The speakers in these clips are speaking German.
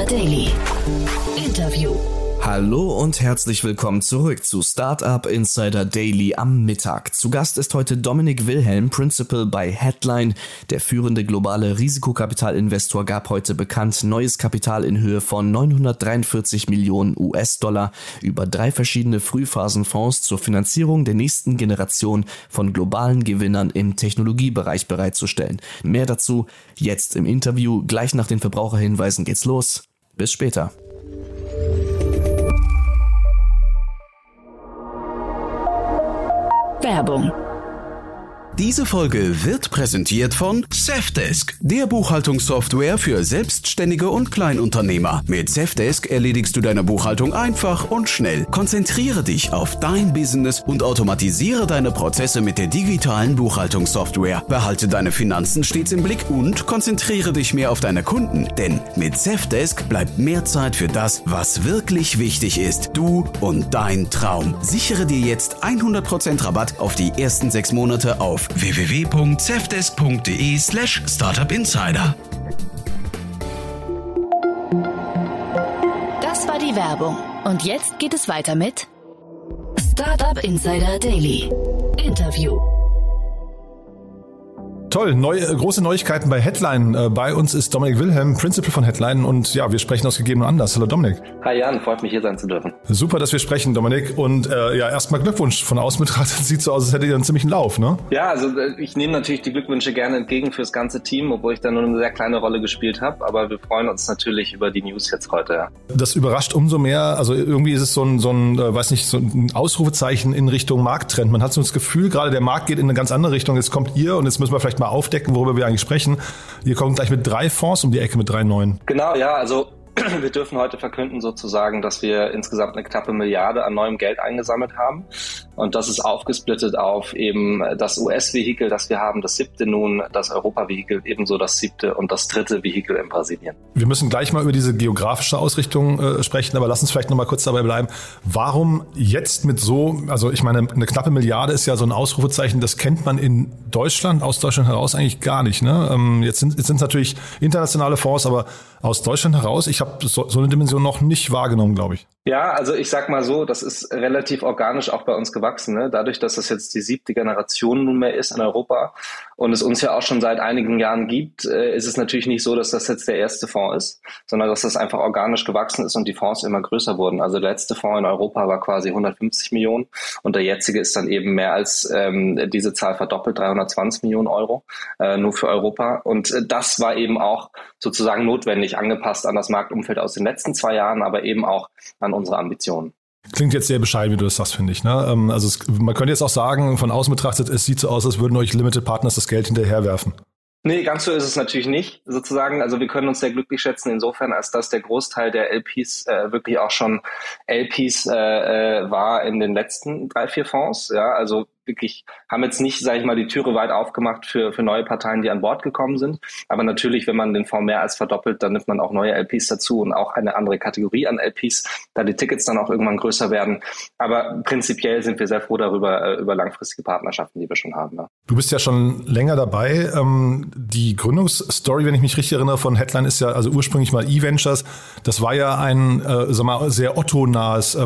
Daily. Interview. Hallo und herzlich willkommen zurück zu Startup Insider Daily am Mittag. Zu Gast ist heute Dominik Wilhelm, Principal bei Headline. Der führende globale Risikokapitalinvestor gab heute bekannt, neues Kapital in Höhe von 943 Millionen US-Dollar über 3 verschiedene Frühphasenfonds zur Finanzierung der nächsten Generation von globalen Gewinnern im Technologiebereich bereitzustellen. Mehr dazu jetzt im Interview. Gleich nach den Verbraucherhinweisen geht's los. Bis später. Werbung. Diese Folge wird präsentiert von Safdesk, der Buchhaltungssoftware für Selbstständige und Kleinunternehmer. Mit Safdesk erledigst du deine Buchhaltung einfach und schnell. Konzentriere dich auf dein Business und automatisiere deine Prozesse mit der digitalen Buchhaltungssoftware. Behalte deine Finanzen stets im Blick und konzentriere dich mehr auf deine Kunden. Denn mit Safdesk bleibt mehr Zeit für das, was wirklich wichtig ist. Du und dein Traum. Sichere dir jetzt 100% Rabatt auf die ersten 6 Monate auf www.safdesk.de/startupinsider. Das war die Werbung. Und jetzt geht es weiter mit Startup Insider Daily. Interview. Toll, große Neuigkeiten bei Headline. Bei uns ist Dominik Wilhelm, Principal von Headline, und ja, wir sprechen aus gegebenem Anlass. Hallo Dominik. Hi Jan, freut mich hier sein zu dürfen. Super, dass wir sprechen, Dominik. Und ja, erstmal Glückwunsch. Von außen betrachtet sieht so aus, als hättet ihr einen ziemlichen Lauf, ne? Ja, also ich nehme natürlich die Glückwünsche gerne entgegen fürs ganze Team, obwohl ich da nur eine sehr kleine Rolle gespielt habe. Aber wir freuen uns natürlich über die News jetzt heute. Ja. Das überrascht umso mehr. Also irgendwie ist es so ein Ausrufezeichen in Richtung Markttrend. Man hat so das Gefühl, gerade der Markt geht in eine ganz andere Richtung. Jetzt kommt ihr und jetzt müssen wir vielleicht mal aufdecken, worüber wir eigentlich sprechen. Ihr kommt gleich mit 3 Fonds um die Ecke, mit 3 neuen. Genau, ja, also wir dürfen heute verkünden sozusagen, dass wir insgesamt eine knappe Milliarde an neuem Geld eingesammelt haben. Und das ist aufgesplittet auf eben das US-Vehikel, das wir haben, das 7. nun, das Europa-Vehikel, ebenso das 7. und das 3. Vehikel in Brasilien. Wir müssen gleich mal über diese geografische Ausrichtung sprechen, aber lass uns vielleicht noch mal kurz dabei bleiben. Warum jetzt mit so, also ich meine, eine knappe Milliarde ist ja so ein Ausrufezeichen, das kennt man in Deutschland, aus Deutschland heraus eigentlich gar nicht, ne? Jetzt sind es natürlich internationale Fonds, aber aus Deutschland heraus, ich habe so eine Dimension noch nicht wahrgenommen, glaube ich. Ja, also ich sag mal so, das ist relativ organisch auch bei uns gewachsen, ne? Dadurch, dass das jetzt die 7. Generation nunmehr ist in Europa und es uns ja auch schon seit einigen Jahren gibt, ist es natürlich nicht so, dass das jetzt der erste Fonds ist, sondern dass das einfach organisch gewachsen ist und die Fonds immer größer wurden. Also der letzte Fonds in Europa war quasi 150 Millionen und der jetzige ist dann eben mehr als diese Zahl verdoppelt, 320 Millionen Euro nur für Europa. Und das war eben auch sozusagen notwendig, angepasst an das Marktumfeld aus den letzten 2 Jahren, aber eben auch an unsere Ambitionen. Klingt jetzt sehr bescheiden, wie du das sagst, finde ich. Ne? Also man könnte jetzt auch sagen, von außen betrachtet, es sieht so aus, als würden euch Limited Partners das Geld hinterherwerfen. Nee, ganz so ist es natürlich nicht, sozusagen. Also wir können uns sehr glücklich schätzen insofern, als dass der Großteil der LPs wirklich auch schon LPs war in den letzten 3, 4 Fonds. Ja, also wirklich haben jetzt nicht, sage ich mal, die Türe weit aufgemacht für neue Parteien, die an Bord gekommen sind. Aber natürlich, wenn man den Fonds mehr als verdoppelt, dann nimmt man auch neue LPs dazu und auch eine andere Kategorie an LPs, da die Tickets dann auch irgendwann größer werden. Aber prinzipiell sind wir sehr froh darüber, über langfristige Partnerschaften, die wir schon haben. Ja. Du bist ja schon länger dabei. Die Gründungsstory, wenn ich mich richtig erinnere, von Headline ist ja also ursprünglich mal eVentures. Das war ja ein sehr Otto-nahes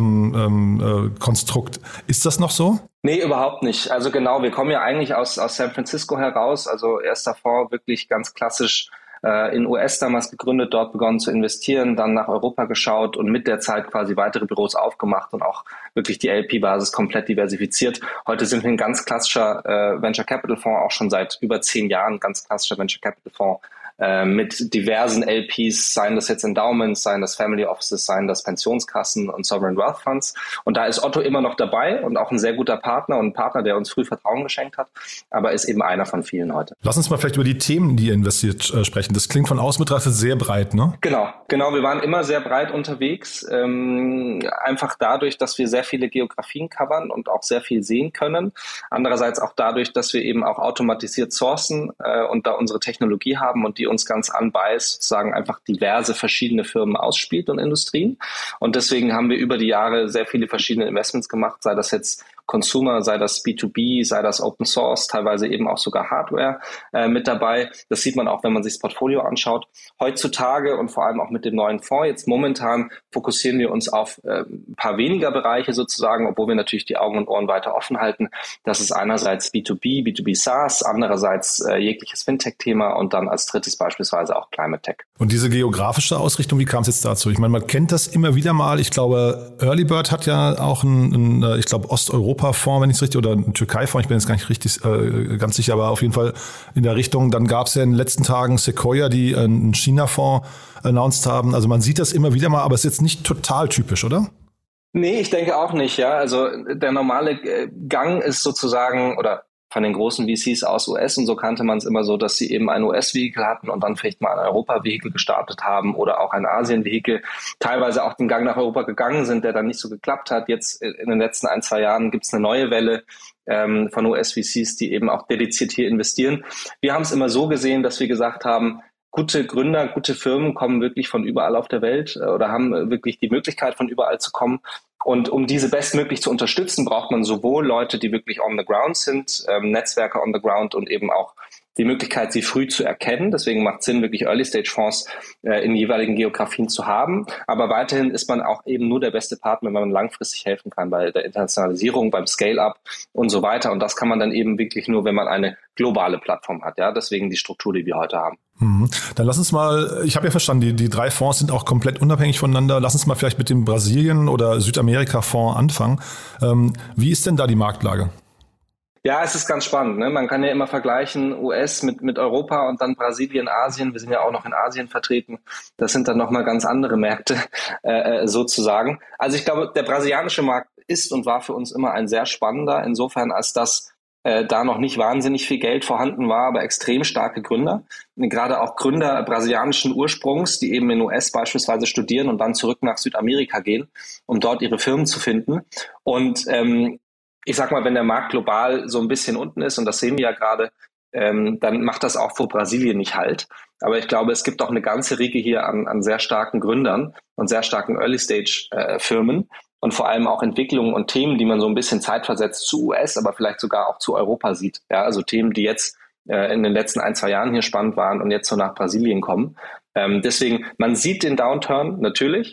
Konstrukt. Ist das noch so? Nee, überhaupt nicht. Also genau, wir kommen ja eigentlich aus San Francisco heraus. Also erster Fonds wirklich ganz klassisch in US damals gegründet, dort begonnen zu investieren, dann nach Europa geschaut und mit der Zeit quasi weitere Büros aufgemacht und auch wirklich die LP-Basis komplett diversifiziert. Heute sind wir ein ganz klassischer Venture Capital Fonds, auch schon seit über 10 Jahren, ganz klassischer Venture Capital Fonds mit diversen LPs, seien das jetzt Endowments, seien das Family Offices, seien das Pensionskassen und Sovereign Wealth Funds. Und da ist Otto immer noch dabei und auch ein sehr guter Partner und ein Partner, der uns früh Vertrauen geschenkt hat, aber ist eben einer von vielen heute. Lass uns mal vielleicht über die Themen, die ihr investiert, sprechen. Das klingt von außen betrachtet sehr breit, ne? Genau. Wir waren immer sehr breit unterwegs, einfach dadurch, dass wir sehr viele Geografien covern und auch sehr viel sehen können. Andererseits auch dadurch, dass wir eben auch automatisiert sourcen und da unsere Technologie haben und die uns ganz unbiased sozusagen einfach diverse verschiedene Firmen ausspielt und Industrien. Und deswegen haben wir über die Jahre sehr viele verschiedene Investments gemacht, sei das jetzt Consumer, sei das B2B, sei das Open Source, teilweise eben auch sogar Hardware mit dabei. Das sieht man auch, wenn man sich das Portfolio anschaut. Heutzutage und vor allem auch mit dem neuen Fonds, jetzt momentan fokussieren wir uns auf ein paar weniger Bereiche sozusagen, obwohl wir natürlich die Augen und Ohren weiter offen halten. Das ist einerseits B2B, B2B SaaS, andererseits jegliches Fintech-Thema und dann als drittes beispielsweise auch Climate Tech. Und diese geografische Ausrichtung, wie kam es jetzt dazu? Ich meine, man kennt das immer wieder mal. Ich glaube, Earlybird hat ja auch einen ich glaube, Osteuropa-Fonds, wenn ich es richtig, oder einen Türkei-Fonds, ich bin jetzt gar nicht richtig ganz sicher, aber auf jeden Fall in der Richtung. Dann gab es ja in den letzten Tagen Sequoia, die einen China-Fonds announced haben. Also man sieht das immer wieder mal, aber es ist jetzt nicht total typisch, oder? Nee, ich denke auch nicht, ja. Also der normale Gang ist sozusagen, oder von den großen VCs aus US und so kannte man es immer so, dass sie eben ein US-Vehikel hatten und dann vielleicht mal ein Europa-Vehikel gestartet haben oder auch ein Asien-Vehikel, teilweise auch den Gang nach Europa gegangen sind, der dann nicht so geklappt hat. Jetzt in den letzten 1-2 Jahren gibt es eine neue Welle von US-VCs, die eben auch dediziert hier investieren. Wir haben es immer so gesehen, dass wir gesagt haben, gute Gründer, gute Firmen kommen wirklich von überall auf der Welt oder haben wirklich die Möglichkeit, von überall zu kommen. Und um diese bestmöglich zu unterstützen, braucht man sowohl Leute, die wirklich on the ground sind, Netzwerke on the ground und eben auch die Möglichkeit, sie früh zu erkennen. Deswegen macht es Sinn, wirklich Early-Stage-Fonds in jeweiligen Geografien zu haben. Aber weiterhin ist man auch eben nur der beste Partner, wenn man langfristig helfen kann bei der Internationalisierung, beim Scale-Up und so weiter. Und das kann man dann eben wirklich nur, wenn man eine globale Plattform hat. Ja, deswegen die Struktur, die wir heute haben. Dann lass uns mal, ich habe ja verstanden, die 3 Fonds sind auch komplett unabhängig voneinander. Lass uns mal vielleicht mit dem Brasilien- oder Südamerika-Fonds anfangen. Wie ist denn da die Marktlage? Ja, es ist ganz spannend. Ne? Man kann ja immer vergleichen US mit Europa und dann Brasilien, Asien. Wir sind ja auch noch in Asien vertreten. Das sind dann nochmal ganz andere Märkte sozusagen. Also ich glaube, der brasilianische Markt ist und war für uns immer ein sehr spannender, insofern als dass da noch nicht wahnsinnig viel Geld vorhanden war, aber extrem starke Gründer. Gerade auch Gründer brasilianischen Ursprungs, die eben in US beispielsweise studieren und dann zurück nach Südamerika gehen, um dort ihre Firmen zu finden. Und ich sag mal, wenn der Markt global so ein bisschen unten ist, und das sehen wir ja gerade, dann macht das auch vor Brasilien nicht Halt. Aber ich glaube, es gibt auch eine ganze Riege hier an sehr starken Gründern und sehr starken Early-Stage-Firmen und vor allem auch Entwicklungen und Themen, die man so ein bisschen zeitversetzt zu US, aber vielleicht sogar auch zu Europa sieht. Ja, also Themen, die jetzt in den letzten 1-2 Jahren hier spannend waren und jetzt so nach Brasilien kommen. Deswegen, man sieht den Downturn natürlich,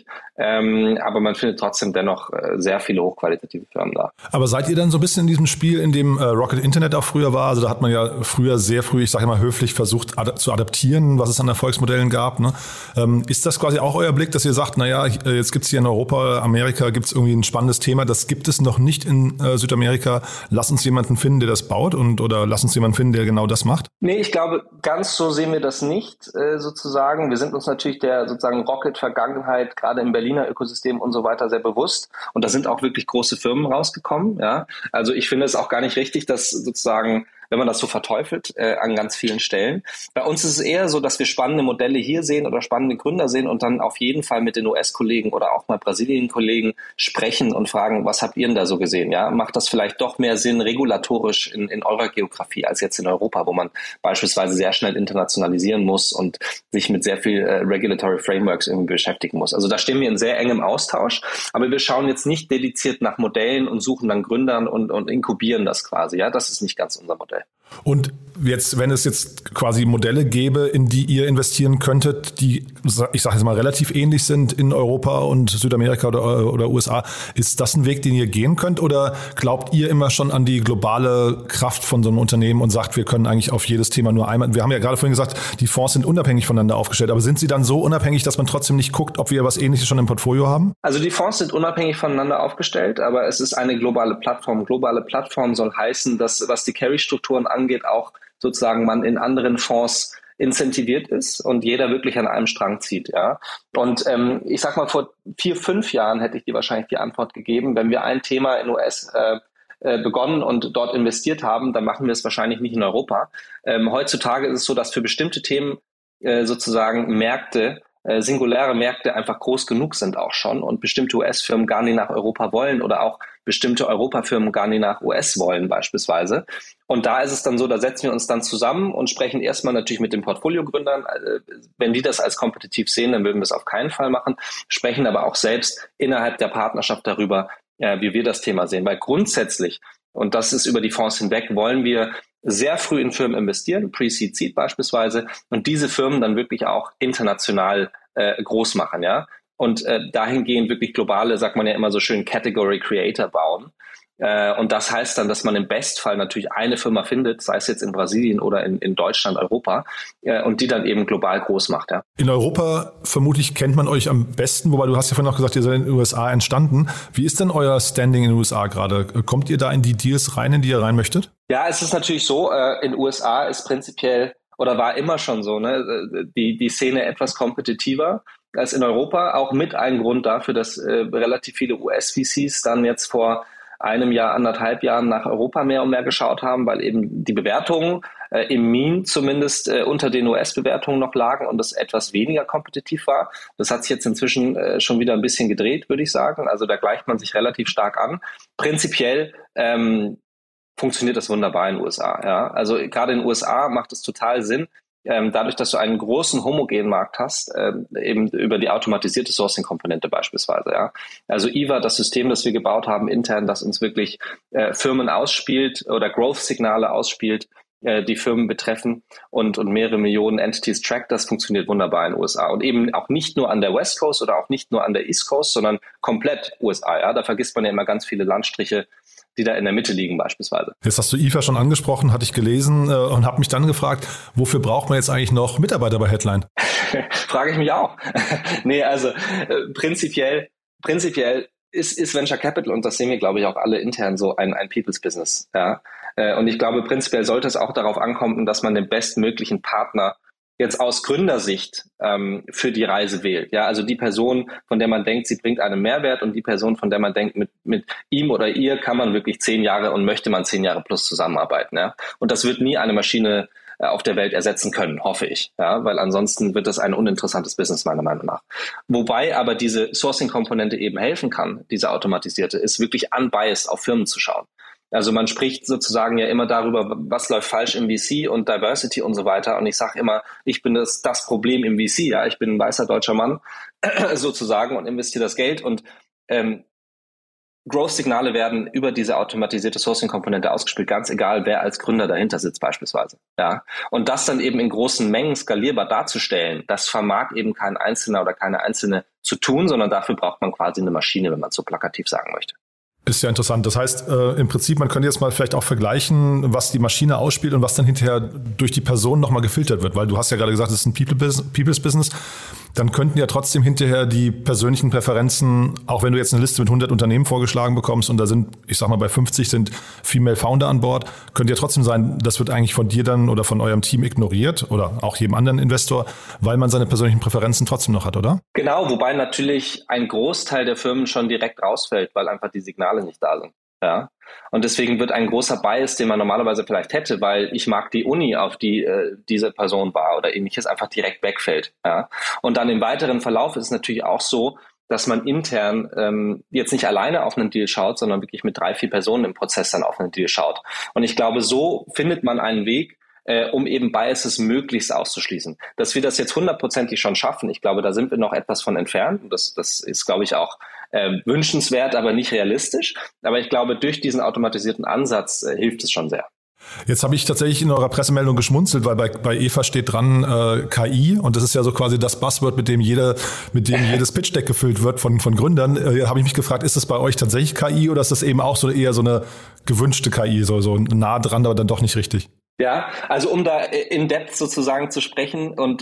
aber man findet trotzdem dennoch sehr viele hochqualitative Firmen da. Aber seid ihr dann so ein bisschen in diesem Spiel, in dem Rocket Internet auch früher war? Also da hat man ja früher sehr früh, ich sage immer höflich, versucht zu adaptieren, was es an Erfolgsmodellen gab. Ne? Ist das quasi auch euer Blick, dass ihr sagt, naja, jetzt gibt's hier in Europa, Amerika, gibt's irgendwie ein spannendes Thema, das gibt es noch nicht in Südamerika. Lass uns jemanden finden, der das baut oder lass uns jemanden finden, der genau das macht? Nee, ich glaube, ganz so sehen wir das nicht sozusagen. Wir sind uns natürlich der sozusagen Rocket-Vergangenheit, gerade im Berliner Ökosystem und so weiter, sehr bewusst. Und da sind auch wirklich große Firmen rausgekommen. Ja, also ich finde es auch gar nicht richtig, dass sozusagen, wenn man das so verteufelt, an ganz vielen Stellen. Bei uns ist es eher so, dass wir spannende Modelle hier sehen oder spannende Gründer sehen und dann auf jeden Fall mit den US-Kollegen oder auch mal Brasilien-Kollegen sprechen und fragen, was habt ihr denn da so gesehen? Ja, macht das vielleicht doch mehr Sinn regulatorisch in eurer Geografie als jetzt in Europa, wo man beispielsweise sehr schnell internationalisieren muss und sich mit sehr viel Regulatory Frameworks irgendwie beschäftigen muss. Also da stehen wir in sehr engem Austausch, aber wir schauen jetzt nicht dediziert nach Modellen und suchen dann Gründern und inkubieren das quasi. Ja, das ist nicht ganz unser Modell. Und jetzt, wenn es jetzt quasi Modelle gäbe, in die ihr investieren könntet, die, ich sage jetzt mal, relativ ähnlich sind in Europa und Südamerika oder USA, ist das ein Weg, den ihr gehen könnt? Oder glaubt ihr immer schon an die globale Kraft von so einem Unternehmen und sagt, wir können eigentlich auf jedes Thema nur einmal? Wir haben ja gerade vorhin gesagt, die Fonds sind unabhängig voneinander aufgestellt, aber sind sie dann so unabhängig, dass man trotzdem nicht guckt, ob wir was Ähnliches schon im Portfolio haben? Also die Fonds sind unabhängig voneinander aufgestellt, aber es ist eine globale Plattform. Globale Plattform soll heißen, dass, was die Carry-Strukturen angeht, auch sozusagen man in anderen Fonds incentiviert ist und jeder wirklich an einem Strang zieht. Ja. Und ich sag mal, vor 4-5 Jahren hätte ich dir wahrscheinlich die Antwort gegeben, wenn wir ein Thema in US begonnen und dort investiert haben, dann machen wir es wahrscheinlich nicht in Europa. Heutzutage ist es so, dass für bestimmte Themen sozusagen Märkte, singuläre Märkte einfach groß genug sind auch schon und bestimmte US-Firmen gar nicht nach Europa wollen oder auch bestimmte Europafirmen gar nicht nach US wollen beispielsweise. Und da ist es dann so, da setzen wir uns dann zusammen und sprechen erstmal natürlich mit den Portfoliogründern. Wenn die das als kompetitiv sehen, dann würden wir es auf keinen Fall machen, sprechen aber auch selbst innerhalb der Partnerschaft darüber, wie wir das Thema sehen. Weil grundsätzlich, und das ist über die Fonds hinweg, wollen wir sehr früh in Firmen investieren, Pre-Seed, Seed beispielsweise, und diese Firmen dann wirklich auch international groß machen, ja. Und dahingehend wirklich globale, sagt man ja immer so schön, Category Creator bauen. Und das heißt dann, dass man im Bestfall natürlich eine Firma findet, sei es jetzt in Brasilien oder in Deutschland, Europa, und die dann eben global groß macht. Ja. In Europa vermutlich kennt man euch am besten, wobei du hast ja vorhin auch gesagt, ihr seid in den USA entstanden. Wie ist denn euer Standing in den USA gerade? Kommt ihr da in die Deals rein, in die ihr rein möchtet? Ja, es ist natürlich so, in den USA ist prinzipiell oder war immer schon so, ne, die Szene etwas kompetitiver als in Europa, auch mit einem Grund dafür, dass relativ viele US-VCs dann jetzt vor einem Jahr, 1,5 Jahren nach Europa mehr und mehr geschaut haben, weil eben die Bewertungen im Mean zumindest unter den US-Bewertungen noch lagen und das etwas weniger kompetitiv war. Das hat sich jetzt inzwischen schon wieder ein bisschen gedreht, würde ich sagen. Also da gleicht man sich relativ stark an. Prinzipiell funktioniert das wunderbar in den USA. Ja? Also gerade in den USA macht es total Sinn, dadurch, dass du einen großen homogenen Markt hast, eben über die automatisierte Sourcing-Komponente beispielsweise. Ja. Also EVA, das System, das wir gebaut haben intern, das uns wirklich Firmen ausspielt oder Growth-Signale ausspielt, die Firmen betreffen und mehrere Millionen Entities trackt, das funktioniert wunderbar in den USA. Und eben auch nicht nur an der West Coast oder auch nicht nur an der East Coast, sondern komplett USA. Ja. Da vergisst man ja immer ganz viele Landstriche, die da in der Mitte liegen beispielsweise. Jetzt hast du IFA schon angesprochen, hatte ich gelesen und habe mich dann gefragt, wofür braucht man jetzt eigentlich noch Mitarbeiter bei Headline? Frage ich mich auch. Nee, also prinzipiell ist Venture Capital, und das sehen wir, glaube ich, auch alle intern, so ein People's Business. Ja? Und ich glaube, prinzipiell sollte es auch darauf ankommen, dass man den bestmöglichen Partner jetzt aus Gründersicht für die Reise wählt. Ja, also die Person, von der man denkt, sie bringt einen Mehrwert, und die Person, von der man denkt, mit ihm oder ihr kann man wirklich 10 Jahre und möchte man 10 Jahre plus zusammenarbeiten. Ja? Und das wird nie eine Maschine auf der Welt ersetzen können, hoffe ich. Ja? Weil ansonsten wird das ein uninteressantes Business meiner Meinung nach. Wobei aber diese Sourcing-Komponente eben helfen kann, diese automatisierte, ist wirklich unbiased auf Firmen zu schauen. Also man spricht sozusagen ja immer darüber, was läuft falsch im VC und Diversity und so weiter. Und ich sage immer, ich bin das Problem im VC. Ja, ich bin ein weißer deutscher Mann sozusagen und investiere das Geld. Und Growth-Signale werden über diese automatisierte Sourcing-Komponente ausgespielt, ganz egal, wer als Gründer dahinter sitzt beispielsweise. Ja, und das dann eben in großen Mengen skalierbar darzustellen, das vermag eben kein Einzelner oder keine Einzelne zu tun, sondern dafür braucht man quasi eine Maschine, wenn man es so plakativ sagen möchte. Ist ja interessant. Das heißt, im Prinzip, man könnte jetzt mal vielleicht auch vergleichen, was die Maschine ausspielt und was dann hinterher durch die Person nochmal gefiltert wird. Weil du hast ja gerade gesagt, es ist ein People's Business. Dann könnten ja trotzdem hinterher die persönlichen Präferenzen, auch wenn du jetzt eine Liste mit 100 Unternehmen vorgeschlagen bekommst und da sind, ich sag mal, bei 50 sind Female Founder an Bord, könnte ja trotzdem sein, das wird eigentlich von dir dann oder von eurem Team ignoriert oder auch jedem anderen Investor, weil man seine persönlichen Präferenzen trotzdem noch hat, oder? Genau, wobei natürlich ein Großteil der Firmen schon direkt rausfällt, weil einfach die Signale nicht da sind. Ja. Und deswegen wird ein großer Bias, den man normalerweise vielleicht hätte, weil ich mag die Uni, auf die diese Person war oder ähnliches, einfach direkt wegfällt. Ja. Und dann im weiteren Verlauf ist es natürlich auch so, dass man intern jetzt nicht alleine auf einen Deal schaut, sondern wirklich mit 3, 4 Personen im Prozess dann auf einen Deal schaut. Und ich glaube, so findet man einen Weg, um eben Biases möglichst auszuschließen. Dass wir das jetzt 100% schon schaffen, ich glaube, da sind wir noch etwas von entfernt. Und das ist, glaube ich, auch wünschenswert, aber nicht realistisch. Aber ich glaube, durch diesen automatisierten Ansatz hilft es schon sehr. Jetzt habe ich tatsächlich in eurer Pressemeldung geschmunzelt, weil bei EVA steht dran KI und das ist ja so quasi das Buzzword, mit dem jedes Pitch-Deck gefüllt wird von Gründern. Habe ich mich gefragt, ist das bei euch tatsächlich KI oder ist das eben auch so eher so eine gewünschte KI, so nah dran, aber dann doch nicht richtig? Ja, also um da in Depth sozusagen zu sprechen und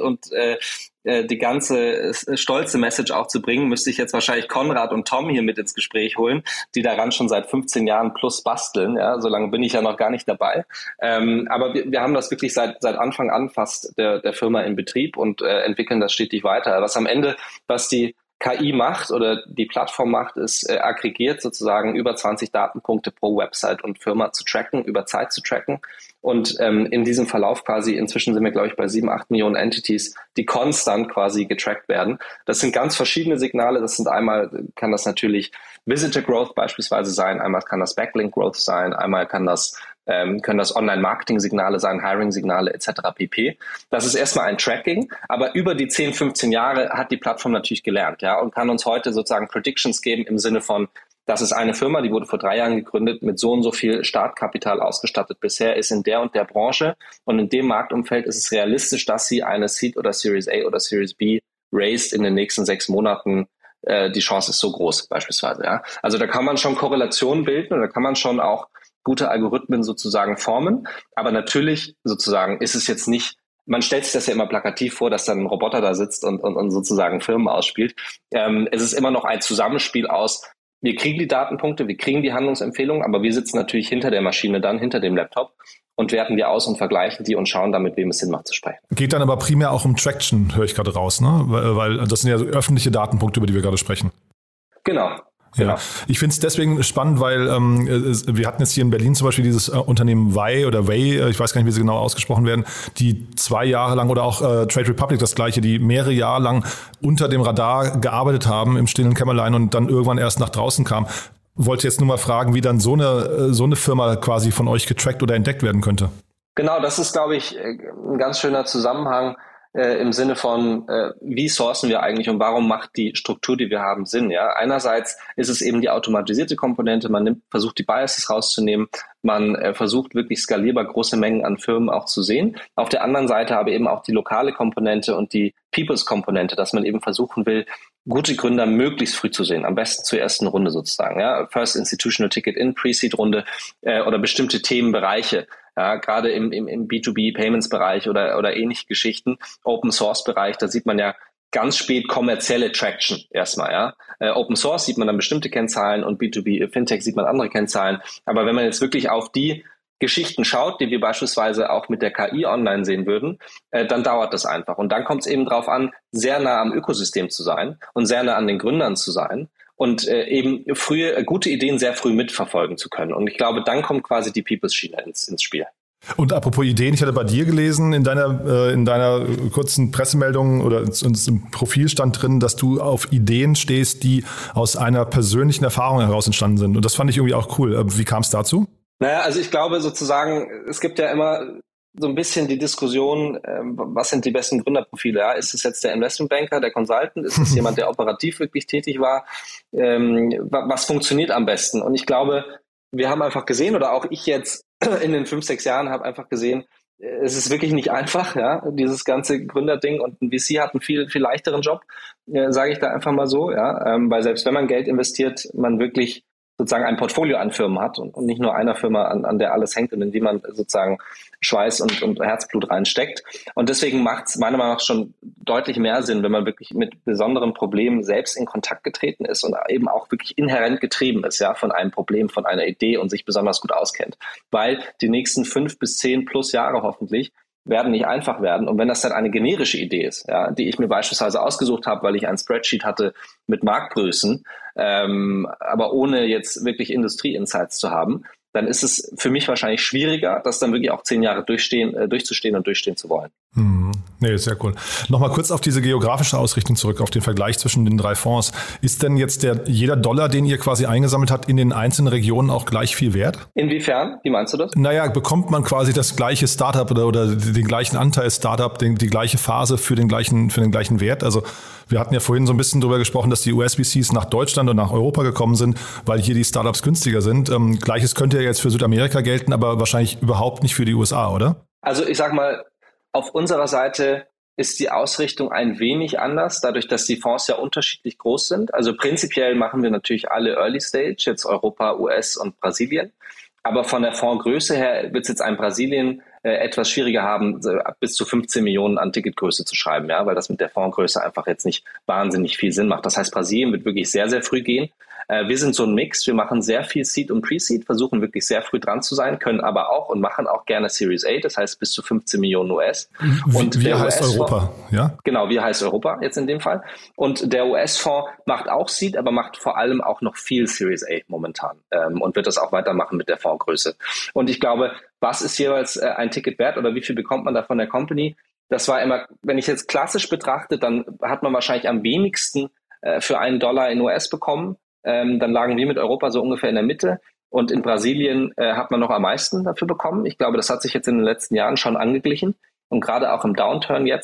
die ganze stolze Message auch zu bringen, müsste ich jetzt wahrscheinlich Konrad und Tom hier mit ins Gespräch holen, die daran schon seit 15 Jahren plus basteln. Ja, so lange bin ich ja noch gar nicht dabei. Aber wir haben das wirklich seit Anfang an fast der Firma in Betrieb und entwickeln das stetig weiter. Was die KI macht oder die Plattform macht, ist aggregiert sozusagen über 20 Datenpunkte pro Website und Firma zu tracken, über Zeit zu tracken. Und in diesem Verlauf quasi, inzwischen sind wir, glaube ich, bei 7, 8 Millionen Entities, die konstant quasi getrackt werden. Das sind ganz verschiedene Signale. Das sind einmal, kann das natürlich Visitor Growth beispielsweise sein, einmal kann das Backlink Growth sein, einmal können das Online-Marketing-Signale sein, Hiring-Signale etc. pp. Das ist erstmal ein Tracking, aber über die 10, 15 Jahre hat die Plattform natürlich gelernt, ja, und kann uns heute sozusagen Predictions geben im Sinne von, das ist eine Firma, die wurde vor 3 Jahren gegründet, mit so und so viel Startkapital ausgestattet bisher, ist in der und der Branche und in dem Marktumfeld ist es realistisch, dass sie eine Seed oder Series A oder Series B raised in den nächsten 6 Monaten. Die Chance ist so groß beispielsweise. Ja. Also da kann man schon Korrelationen bilden und da kann man schon auch gute Algorithmen sozusagen formen. Aber natürlich sozusagen ist es jetzt nicht, man stellt sich das ja immer plakativ vor, dass dann ein Roboter da sitzt und sozusagen Firmen ausspielt. Es ist immer noch ein Zusammenspiel aus, wir kriegen die Datenpunkte, wir kriegen die Handlungsempfehlungen, aber wir sitzen natürlich hinter der Maschine dann, hinter dem Laptop und werten die aus und vergleichen die und schauen dann, mit wem es Sinn macht zu sprechen. Geht dann aber primär auch um Traction, höre ich gerade raus, ne? Weil das sind ja so öffentliche Datenpunkte, über die wir gerade sprechen. Genau. Ja, ich finde es deswegen spannend, weil wir hatten jetzt hier in Berlin zum Beispiel dieses Unternehmen Way, ich weiß gar nicht, wie sie genau ausgesprochen werden, die 2 Jahre lang oder auch Trade Republic das gleiche, die mehrere Jahre lang unter dem Radar gearbeitet haben im stillen Kämmerlein und dann irgendwann erst nach draußen kam. Wollte jetzt nur mal fragen, wie dann so eine Firma quasi von euch getrackt oder entdeckt werden könnte. Genau, das ist, glaube ich, ein ganz schöner Zusammenhang im Sinne von, wie sourcen wir eigentlich und warum macht die Struktur, die wir haben, Sinn? Ja, einerseits ist es eben die automatisierte Komponente, man versucht die Biases rauszunehmen, man versucht wirklich skalierbar große Mengen an Firmen auch zu sehen. Auf der anderen Seite aber eben auch die lokale Komponente und die Peoples-Komponente, dass man eben versuchen will, gute Gründer möglichst früh zu sehen, am besten zur ersten Runde sozusagen. Ja, First Institutional Ticket in, Pre-Seed-Runde oder bestimmte Themenbereiche. Ja, gerade im B2B-Payments-Bereich oder ähnliche Geschichten, Open-Source-Bereich, da sieht man ja ganz spät kommerzielle Traction erstmal. Ja. Open Source sieht man dann bestimmte Kennzahlen und B2B Fintech sieht man andere Kennzahlen. Aber wenn man jetzt wirklich auf die Geschichten schaut, die wir beispielsweise auch mit der KI online sehen würden, dann dauert das einfach. Und dann kommt es eben drauf an, sehr nah am Ökosystem zu sein und sehr nah an den Gründern zu sein. Und eben gute Ideen sehr früh mitverfolgen zu können. Und ich glaube, dann kommt quasi die Peoples-Schiene ins Spiel. Und apropos Ideen, ich hatte bei dir gelesen, in deiner kurzen Pressemeldung oder im Profil stand drin, dass du auf Ideen stehst, die aus einer persönlichen Erfahrung heraus entstanden sind. Und das fand ich irgendwie auch cool. Wie kam es dazu? Naja, also ich glaube sozusagen, es gibt ja immer so ein bisschen die Diskussion, was sind die besten Gründerprofile? Ja? Ist es jetzt der Investmentbanker, der Consultant? Ist es jemand, der operativ wirklich tätig war? Was funktioniert am besten? Und ich glaube, wir haben einfach gesehen, oder auch ich jetzt in den 5-6 Jahren habe einfach gesehen, es ist wirklich nicht einfach, ja, dieses ganze Gründerding, und ein VC hat einen viel, viel leichteren Job, sage ich da einfach mal so, ja, weil selbst wenn man Geld investiert, man wirklich sozusagen ein Portfolio an Firmen hat und nicht nur einer Firma, an der alles hängt und in die man sozusagen Schweiß und Herzblut reinsteckt. Und deswegen macht es meiner Meinung nach schon deutlich mehr Sinn, wenn man wirklich mit besonderen Problemen selbst in Kontakt getreten ist und eben auch wirklich inhärent getrieben ist, ja, von einem Problem, von einer Idee und sich besonders gut auskennt. Weil die nächsten 5 bis 10 plus Jahre hoffentlich werden nicht einfach werden. Und wenn das dann eine generische Idee ist, ja, die ich mir beispielsweise ausgesucht habe, weil ich ein Spreadsheet hatte mit Marktgrößen, aber ohne jetzt wirklich Industrie-Insights zu haben, dann ist es für mich wahrscheinlich schwieriger, das dann wirklich auch 10 Jahre durchstehen zu wollen. Nee, sehr cool. Nochmal kurz auf diese geografische Ausrichtung zurück, auf den Vergleich zwischen den 3 Fonds. Ist denn jetzt jeder Dollar, den ihr quasi eingesammelt habt, in den einzelnen Regionen auch gleich viel wert? Inwiefern? Wie meinst du das? Naja, bekommt man quasi das gleiche Startup oder den gleichen Anteil Startup, die gleiche Phase für den gleichen Wert? Also wir hatten ja vorhin so ein bisschen drüber gesprochen, dass die US-VCs nach Deutschland und nach Europa gekommen sind, weil hier die Startups günstiger sind. Gleiches könnte ja jetzt für Südamerika gelten, aber wahrscheinlich überhaupt nicht für die USA, oder? Also ich sag mal, auf unserer Seite ist die Ausrichtung ein wenig anders, dadurch, dass die Fonds ja unterschiedlich groß sind. Also prinzipiell machen wir natürlich alle Early Stage, jetzt Europa, US und Brasilien. Aber von der Fondsgröße her wird es jetzt ein Brasilien etwas schwieriger haben, bis zu 15 Millionen an Ticketgröße zu schreiben, ja, weil das mit der Fondsgröße einfach jetzt nicht wahnsinnig viel Sinn macht. Das heißt, Brasilien wird wirklich sehr, sehr früh gehen. Wir sind so ein Mix. Wir machen sehr viel Seed und Pre-Seed, versuchen wirklich sehr früh dran zu sein, können aber auch und machen auch gerne Series A, das heißt bis zu 15 Millionen US. Und wir heißt Europa, ja? Genau, wir heißt Europa jetzt in dem Fall. Und der US-Fonds macht auch Seed, aber macht vor allem auch noch viel Series A momentan und wird das auch weitermachen mit der Fondsgröße. Und ich glaube, was ist jeweils ein Ticket wert oder wie viel bekommt man da von der Company? Das war immer, wenn ich jetzt klassisch betrachte, dann hat man wahrscheinlich am wenigsten für $1 in US bekommen. Dann lagen wir mit Europa so ungefähr in der Mitte. Und in Brasilien hat man noch am meisten dafür bekommen. Ich glaube, das hat sich jetzt in den letzten Jahren schon angeglichen. Und gerade auch im Downturn jetzt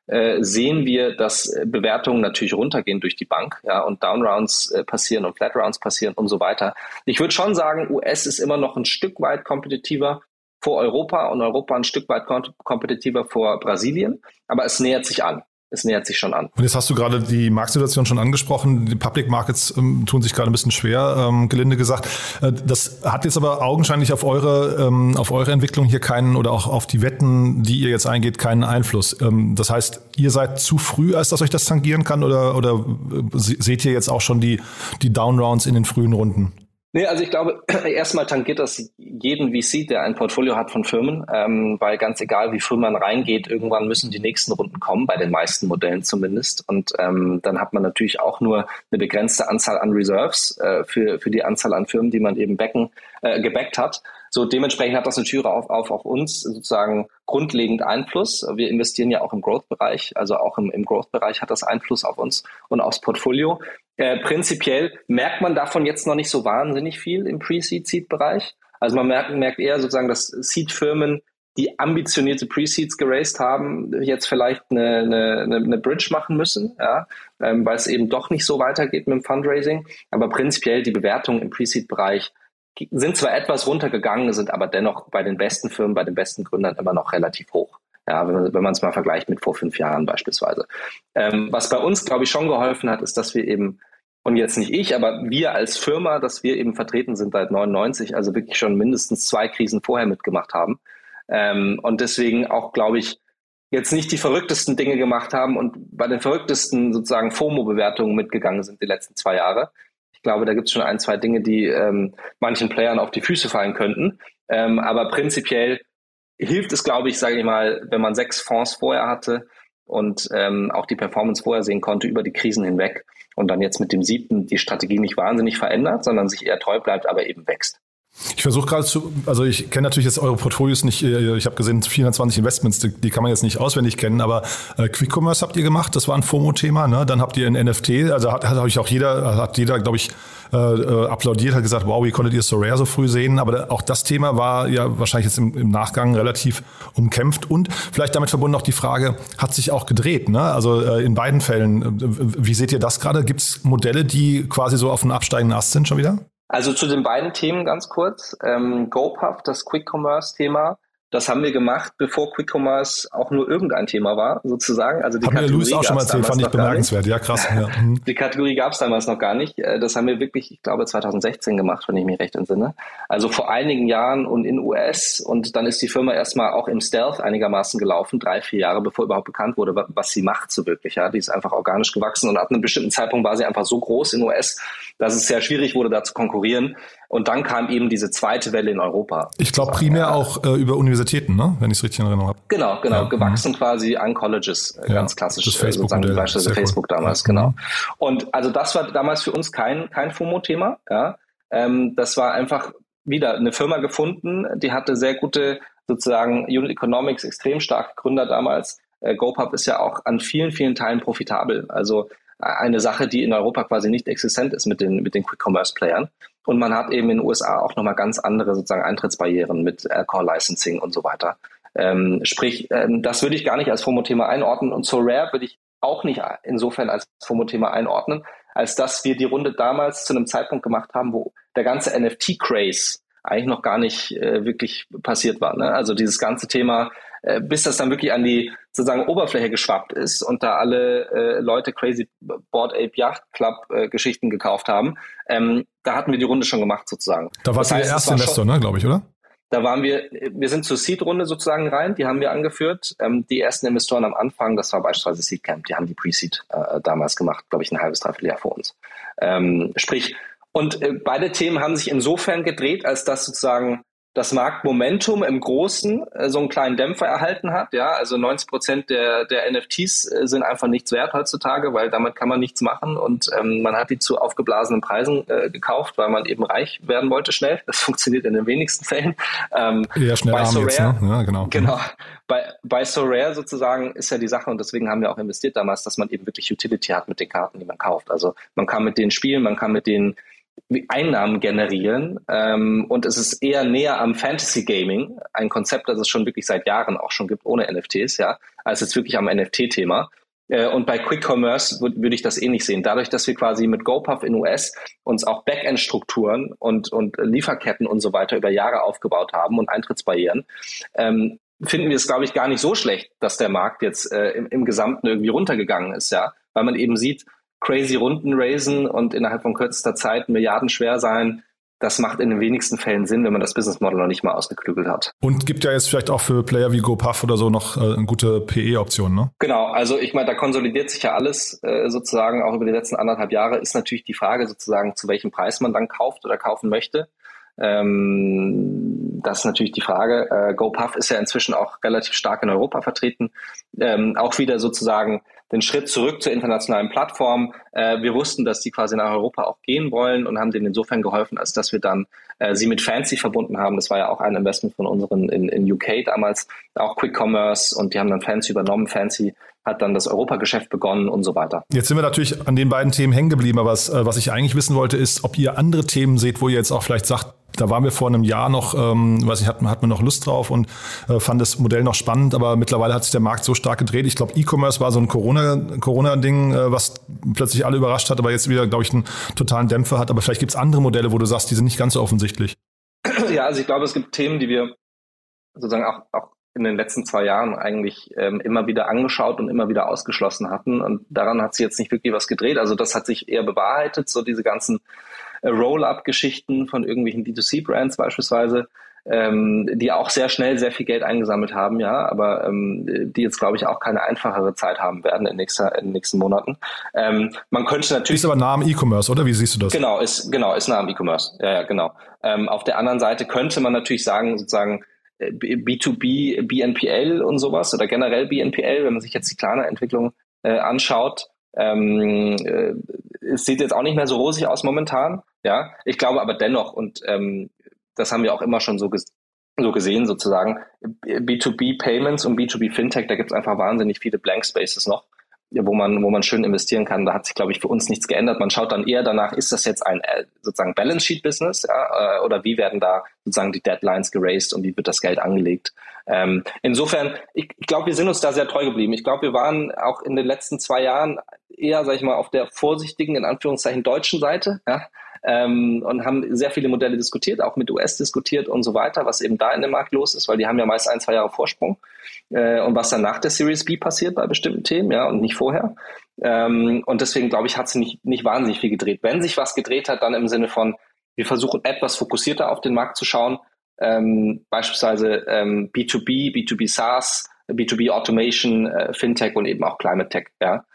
sehen wir, dass Bewertungen natürlich runtergehen durch die Bank, ja, und Downrounds passieren und Flatrounds passieren und so weiter. Ich würde schon sagen, US ist immer noch ein Stück weit kompetitiver vor Europa und Europa ein Stück weit kompetitiver vor Brasilien, aber es nähert sich an. Es nähert sich schon an. Und jetzt hast du gerade die Marktsituation schon angesprochen. Die Public Markets tun sich gerade ein bisschen schwer, gelinde gesagt. Das hat jetzt aber augenscheinlich auf eure Entwicklung hier keinen oder auch auf die Wetten, die ihr jetzt eingeht, keinen Einfluss. Das heißt, ihr seid zu früh, als dass euch das tangieren kann oder seht ihr jetzt auch schon die Downrounds in den frühen Runden? Nee, also ich glaube, erstmal tangiert das jeden VC, der ein Portfolio hat von Firmen, weil ganz egal, wie früh man reingeht, irgendwann müssen die nächsten Runden kommen, bei den meisten Modellen zumindest. Und dann hat man natürlich auch nur eine begrenzte Anzahl an Reserves für die Anzahl an Firmen, die man eben gebackt hat. So dementsprechend hat das natürlich auf uns sozusagen grundlegend Einfluss. Wir investieren ja auch im Growth-Bereich, also auch im Growth-Bereich hat das Einfluss auf uns und aufs Portfolio. Prinzipiell merkt man davon jetzt noch nicht so wahnsinnig viel im Pre-Seed-Seed-Bereich. Also man merkt eher sozusagen, dass Seed-Firmen, die ambitionierte Pre-Seeds geraced haben, jetzt vielleicht eine Bridge machen müssen, ja, weil es eben doch nicht so weitergeht mit dem Fundraising. Aber prinzipiell die Bewertungen im Pre-Seed-Bereich sind zwar etwas runtergegangen, sind aber dennoch bei den besten Firmen, bei den besten Gründern immer noch relativ hoch. Ja, wenn man es mal vergleicht mit vor 5 Jahren beispielsweise. Was bei uns, glaube ich, schon geholfen hat, ist, dass wir eben, und jetzt nicht ich, aber wir als Firma, dass wir eben vertreten sind seit 99, also wirklich schon mindestens 2 Krisen vorher mitgemacht haben. Und deswegen auch, glaube ich, jetzt nicht die verrücktesten Dinge gemacht haben und bei den verrücktesten sozusagen FOMO-Bewertungen mitgegangen sind die letzten 2 Jahre. Ich glaube, da gibt es schon 1, 2 Dinge, die manchen Playern auf die Füße fallen könnten. Aber prinzipiell hilft es, glaube ich, sage ich mal, wenn man 6 Fonds vorher hatte und auch die Performance vorher sehen konnte über die Krisen hinweg und dann jetzt mit dem 7. die Strategie nicht wahnsinnig verändert, sondern sich eher treu bleibt, aber eben wächst. Ich versuche gerade also ich kenne natürlich jetzt eure Portfolios nicht, ich habe gesehen 420 Investments, die kann man jetzt nicht auswendig kennen, aber Quick Commerce habt ihr gemacht, das war ein FOMO-Thema, ne? Dann habt ihr ein NFT, also hat jeder, glaube ich, applaudiert, hat gesagt, wow, wie konntet ihr Sorare so früh sehen, aber auch das Thema war ja wahrscheinlich jetzt im Nachgang relativ umkämpft und vielleicht damit verbunden auch die Frage, hat sich auch gedreht, ne? Also in beiden Fällen, wie seht ihr das gerade? Gibt es Modelle, die quasi so auf einem absteigenden Ast sind schon wieder? Also zu den beiden Themen ganz kurz. GoPuff, das Quick-Commerce-Thema, das haben wir gemacht, bevor Quick-Commerce auch nur irgendein Thema war, sozusagen. Also die Kategorie mir Luis auch schon mal erzählt, fand ich bemerkenswert. Ja, krass. Ja. Die Kategorie gab es damals noch gar nicht. Das haben wir wirklich, ich glaube, 2016 gemacht, wenn ich mich recht entsinne. Also vor einigen Jahren und in US. Und dann ist die Firma erstmal auch im Stealth einigermaßen gelaufen, 3, 4 Jahre, bevor überhaupt bekannt wurde, was sie macht so wirklich. Ja, die ist einfach organisch gewachsen und ab einem bestimmten Zeitpunkt war sie einfach so groß in US, dass es sehr schwierig wurde, da zu konkurrieren. Und dann kam eben diese zweite Welle in Europa. Ich glaube primär auch über Universitäten, ne? Wenn ich es richtig in Erinnerung habe. Genau, ja, gewachsen quasi an Colleges, ganz klassisch. Das Facebook-Modell. Beispielsweise Facebook damals, genau. Und also das war damals für uns kein FOMO-Thema. Ja. Das war einfach wieder eine Firma gefunden, die hatte sehr gute sozusagen Unit Economics, extrem starke Gründer damals. GoPuff ist ja auch an vielen, vielen Teilen profitabel. Also eine Sache, die in Europa quasi nicht existent ist mit den Quick-Commerce-Playern. Und man hat eben in den USA auch nochmal ganz andere sozusagen Eintrittsbarrieren mit Alcohol-Licensing und so weiter. Sprich, das würde ich gar nicht als FOMO-Thema einordnen. Und Sorare würde ich auch nicht insofern als FOMO-Thema einordnen, als dass wir die Runde damals zu einem Zeitpunkt gemacht haben, wo der ganze NFT-Craze eigentlich noch gar nicht wirklich passiert war. Ne? Also dieses ganze Thema, bis das dann wirklich an die sozusagen Oberfläche geschwappt ist und da alle Leute Crazy Bored Ape Yacht Club Geschichten gekauft haben, da hatten wir die Runde schon gemacht sozusagen. Da warst du der erste Investor, ne, glaube ich, oder? Da waren wir sind zur Seed-Runde sozusagen rein, die haben wir angeführt. Die ersten Investoren am Anfang, das war beispielsweise Seedcamp, die haben die Pre-Seed damals gemacht, glaube ich, ein halbes, dreiviertel Jahr vor uns. Sprich, und beide Themen haben sich insofern gedreht, als dass sozusagen das Marktmomentum im Großen so einen kleinen Dämpfer erhalten hat. Ja, also 90% der NFTs sind einfach nichts wert heutzutage, weil damit kann man nichts machen und man hat die zu aufgeblasenen Preisen gekauft, weil man eben reich werden wollte schnell. Das funktioniert in den wenigsten Fällen. Eher schnell arm jetzt, ne? Ja, genau. Genau. Bei Sorare sozusagen ist ja die Sache und deswegen haben wir auch investiert damals, dass man eben wirklich Utility hat mit den Karten, die man kauft. Also man kann mit denen spielen, man kann mit denen Einnahmen generieren. Und es ist eher näher am Fantasy Gaming, ein Konzept, das es schon wirklich seit Jahren auch schon gibt, ohne NFTs, ja, als jetzt wirklich am NFT-Thema. Und bei Quick Commerce würde ich das ähnlich sehen. Dadurch, dass wir quasi mit GoPuff in US uns auch Backend-Strukturen und Lieferketten und so weiter über Jahre aufgebaut haben und Eintrittsbarrieren, finden wir es, glaube ich, gar nicht so schlecht, dass der Markt jetzt im Gesamten irgendwie runtergegangen ist, ja, weil man eben sieht, crazy Runden raisen und innerhalb von kürzester Zeit Milliarden schwer sein. Das macht in den wenigsten Fällen Sinn, wenn man das Business Model noch nicht mal ausgeklügelt hat. Und gibt ja jetzt vielleicht auch für Player wie GoPuff oder so noch eine gute PE-Option, ne? Genau, also ich meine, da konsolidiert sich ja alles sozusagen auch über die letzten 1,5 Jahre. Ist natürlich die Frage sozusagen, zu welchem Preis man dann kauft oder kaufen möchte. Das ist natürlich die Frage. GoPuff ist ja inzwischen auch relativ stark in Europa vertreten. Auch wieder sozusagen den Schritt zurück zur internationalen Plattform. Wir wussten, dass die quasi nach Europa auch gehen wollen und haben denen insofern geholfen, als dass wir dann sie mit Fancy verbunden haben. Das war ja auch ein Investment von unseren in UK damals, auch Quick Commerce, und die haben dann Fancy übernommen. Fancy hat dann das Europageschäft begonnen und so weiter. Jetzt sind wir natürlich an den beiden Themen hängen geblieben, aber was ich eigentlich wissen wollte, ist, ob ihr andere Themen seht, wo ihr jetzt auch vielleicht sagt, da waren wir vor einem Jahr noch, hat man noch Lust drauf und fand das Modell noch spannend, aber mittlerweile hat sich der Markt so stark gedreht. Ich glaube, E-Commerce war so ein Corona-Ding, was plötzlich alle überrascht hat, aber jetzt wieder, glaube ich, einen totalen Dämpfer hat. Aber vielleicht gibt es andere Modelle, wo du sagst, die sind nicht ganz so offensichtlich. Ja, also ich glaube, es gibt Themen, die wir sozusagen auch in den letzten 2 Jahren eigentlich immer wieder angeschaut und immer wieder ausgeschlossen hatten. Und daran hat sich jetzt nicht wirklich was gedreht. Also das hat sich eher bewahrheitet, so diese ganzen Roll-up-Geschichten von irgendwelchen D2C-Brands beispielsweise, die auch sehr schnell sehr viel Geld eingesammelt haben, ja, aber die jetzt, glaube ich, auch keine einfachere Zeit haben werden in den nächsten Monaten. Man könnte natürlich... Ist aber nah am E-Commerce, oder? Wie siehst du das? Genau, ist nah am E-Commerce. Ja, genau. Auf der anderen Seite könnte man natürlich sagen, sozusagen, B2B, BNPL und sowas oder generell BNPL, wenn man sich jetzt die Klarna-Entwicklung anschaut, es sieht jetzt auch nicht mehr so rosig aus momentan. Ja, ich glaube aber dennoch, und das haben wir auch immer schon so gesehen sozusagen, B2B Payments und B2B Fintech, da gibt es einfach wahnsinnig viele Blank Spaces noch, wo man schön investieren kann. Da hat sich, glaube ich, für uns nichts geändert. Man schaut dann eher danach, ist das jetzt ein sozusagen Balance Sheet Business, ja, oder wie werden da sozusagen die Deadlines geraced und wie wird das Geld angelegt? Insofern, ich glaube, wir sind uns da sehr treu geblieben. Ich glaube, wir waren auch in den letzten 2 Jahren eher, sag ich mal, auf der vorsichtigen, in Anführungszeichen, deutschen Seite, ja, und haben sehr viele Modelle diskutiert, auch mit US diskutiert und so weiter, was eben da in dem Markt los ist, weil die haben ja meist 1-2 Jahre Vorsprung, und was dann nach der Series B passiert bei bestimmten Themen, ja, und nicht vorher. Und deswegen, glaube ich, hat sich nicht wahnsinnig viel gedreht. Wenn sich was gedreht hat, dann im Sinne von, wir versuchen etwas fokussierter auf den Markt zu schauen, beispielsweise B2B, B2B SaaS, B2B Automation, Fintech und eben auch Climate Tech, ja,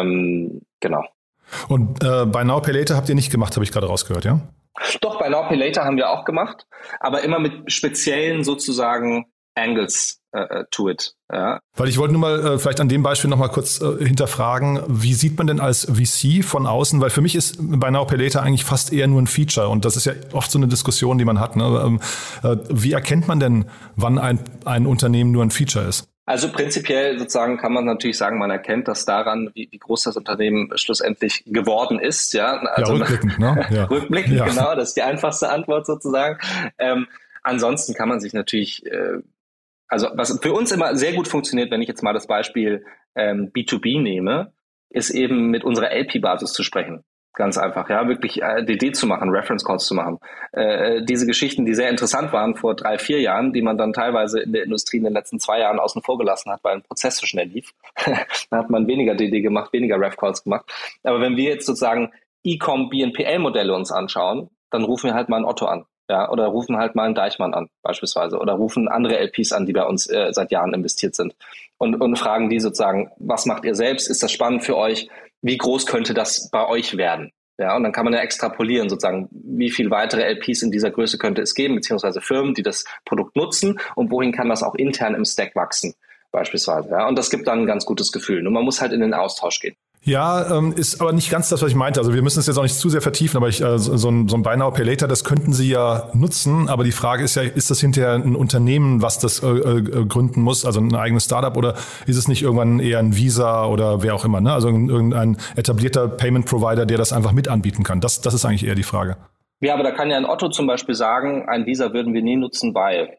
genau. Und Buy Now, Pay Later habt ihr nicht gemacht, habe ich gerade rausgehört, ja? Doch, Buy Now, Pay Later haben wir auch gemacht, aber immer mit speziellen sozusagen Angles to it. Ja. Weil ich wollte nur mal vielleicht an dem Beispiel noch mal kurz hinterfragen, wie sieht man denn als VC von außen? Weil für mich ist Buy Now, Pay Later eigentlich fast eher nur ein Feature und das ist ja oft so eine Diskussion, die man hat. Ne? Wie erkennt man denn, wann ein Unternehmen nur ein Feature ist? Also prinzipiell sozusagen kann man natürlich sagen, man erkennt das daran, wie groß das Unternehmen schlussendlich geworden ist. Ja, also ja, rückblickend, ne? Ja. Rückblickend, ja. Genau, das ist die einfachste Antwort sozusagen. Ansonsten kann man sich natürlich, also was für uns immer sehr gut funktioniert, wenn ich jetzt mal das Beispiel B2B nehme, ist eben mit unserer LP-Basis zu sprechen. Ganz einfach, ja, wirklich DD zu machen, Reference Calls zu machen. Diese Geschichten, die sehr interessant waren vor 3-4 Jahren, die man dann teilweise in der Industrie in den letzten 2 Jahren außen vor gelassen hat, weil ein Prozess so schnell lief. Da hat man weniger DD gemacht, weniger Ref Calls gemacht. Aber wenn wir jetzt sozusagen E-Com BNPL-Modelle uns anschauen, dann rufen wir halt mal einen Otto an. Ja, oder rufen halt mal einen Deichmann an, beispielsweise. Oder rufen andere LPs an, die bei uns seit Jahren investiert sind. Und fragen die sozusagen, was macht ihr selbst? Ist das spannend für euch? Wie groß könnte das bei euch werden? Ja, und dann kann man ja extrapolieren, sozusagen, wie viel weitere LPs in dieser Größe könnte es geben, beziehungsweise Firmen, die das Produkt nutzen und wohin kann das auch intern im Stack wachsen, beispielsweise. Ja, und das gibt dann ein ganz gutes Gefühl. Nur man muss halt in den Austausch gehen. Ja, ist aber nicht ganz das, was ich meinte. Also wir müssen es jetzt auch nicht zu sehr vertiefen, aber so ein Buy Now, Pay Later, das könnten Sie ja nutzen. Aber die Frage ist ja, ist das hinterher ein Unternehmen, was das gründen muss, also ein eigenes Startup, oder ist es nicht irgendwann eher ein Visa oder wer auch immer, ne? Also irgendein etablierter Payment Provider, der das einfach mit anbieten kann. Das ist eigentlich eher die Frage. Ja, aber da kann ja ein Otto zum Beispiel sagen, ein Visa würden wir nie nutzen, weil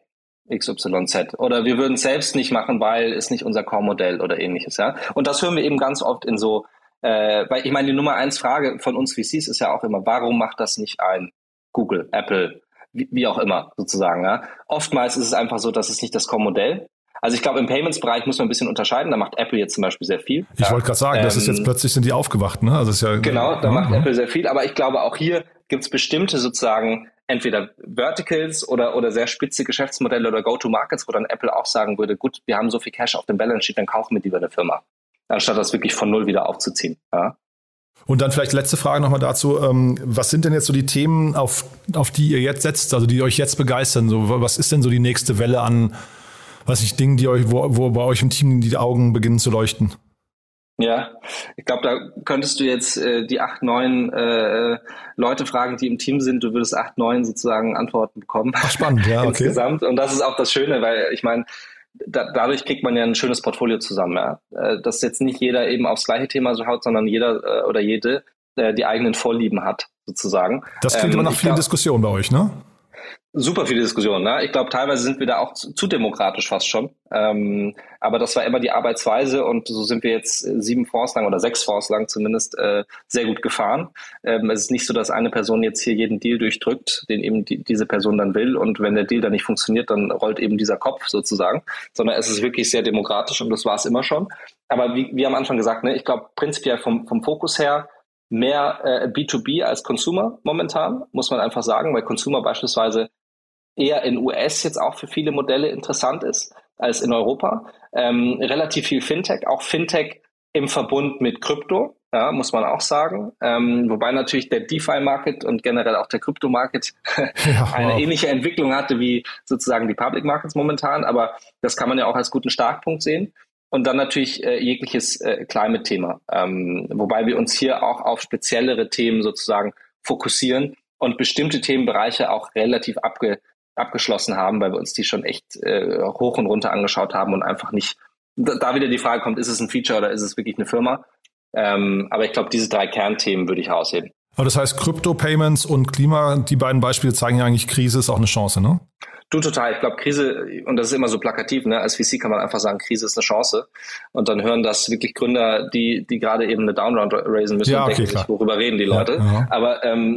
XYZ. Oder wir würden es selbst nicht machen, weil ist nicht unser Core-Modell oder ähnliches. Ja. Und das hören wir eben ganz oft in so, weil ich meine, die Nummer 1 Frage von uns VCs ist ja auch immer, warum macht das nicht ein Google, Apple, wie auch immer sozusagen. Ja. Oftmals ist es einfach so, dass es nicht das Core-Modell. Also ich glaube, im Payments-Bereich muss man ein bisschen unterscheiden. Da macht Apple jetzt zum Beispiel sehr viel. Ich wollte gerade sagen, das ist jetzt plötzlich sind die aufgewacht, ne? Also ist ja genau, da macht Apple sehr viel. Aber ich glaube, auch hier gibt es bestimmte sozusagen entweder Verticals oder sehr spitze Geschäftsmodelle oder Go-to-Markets, wo dann Apple auch sagen würde, gut, wir haben so viel Cash auf dem Balance Sheet, dann kaufen wir lieber eine Firma, anstatt das wirklich von null wieder aufzuziehen. Ja. Und dann vielleicht letzte Frage nochmal dazu. Was sind denn jetzt so die Themen, auf die ihr jetzt setzt, also die euch jetzt begeistern? So, was ist denn so die nächste Welle an, Dingen, die euch, wo bei euch im Team die Augen beginnen zu leuchten? Ja, ich glaube, da könntest du jetzt die 8, 9 Leute fragen, die im Team sind. Du würdest 8, 9 sozusagen Antworten bekommen. Ach, spannend, ja, okay. Insgesamt. Und das ist auch das Schöne, weil ich meine, dadurch kriegt man ja ein schönes Portfolio zusammen. Ja? Dass jetzt nicht jeder eben aufs gleiche Thema so haut, sondern jeder oder jede die eigenen Vorlieben hat, sozusagen. Das klingt immer nach vielen Diskussionen bei euch, ne? Super viele Diskussionen. Ne? Ich glaube, teilweise sind wir da auch zu demokratisch fast schon. Aber das war immer die Arbeitsweise und so sind wir jetzt 7 Fonds lang oder 6 Fonds lang zumindest sehr gut gefahren. Es ist nicht so, dass eine Person jetzt hier jeden Deal durchdrückt, den eben diese Person dann will, und wenn der Deal dann nicht funktioniert, dann rollt eben dieser Kopf sozusagen, sondern es ist wirklich sehr demokratisch und das war es immer schon. Aber wie am Anfang gesagt, ne, ich glaube prinzipiell vom Fokus her mehr B2B als Consumer momentan, muss man einfach sagen, weil Consumer beispielsweise eher in US jetzt auch für viele Modelle interessant ist als in Europa. Relativ viel Fintech, auch Fintech im Verbund mit Krypto, ja, muss man auch sagen. Wobei natürlich der DeFi-Market und generell auch der Krypto-Market eine ähnliche Entwicklung hatte wie sozusagen die Public Markets momentan, aber das kann man ja auch als guten Startpunkt sehen. Und dann natürlich jegliches Climate-Thema, wobei wir uns hier auch auf speziellere Themen sozusagen fokussieren und bestimmte Themenbereiche auch relativ abgeschlossen haben, weil wir uns die schon echt hoch und runter angeschaut haben und einfach nicht, da wieder die Frage kommt, ist es ein Feature oder ist es wirklich eine Firma? Aber ich glaube, diese 3 Kernthemen würde ich herausheben. Aber das heißt, Crypto-Payments und Klima, die beiden Beispiele zeigen ja eigentlich, Krise ist auch eine Chance, ne? Du, total. Ich glaube, Krise, und das ist immer so plakativ, ne? Als VC kann man einfach sagen, Krise ist eine Chance. Und dann hören das wirklich Gründer, die gerade eben eine Downround raisen müssen, und denken sich, worüber reden die Leute. Ja. Aber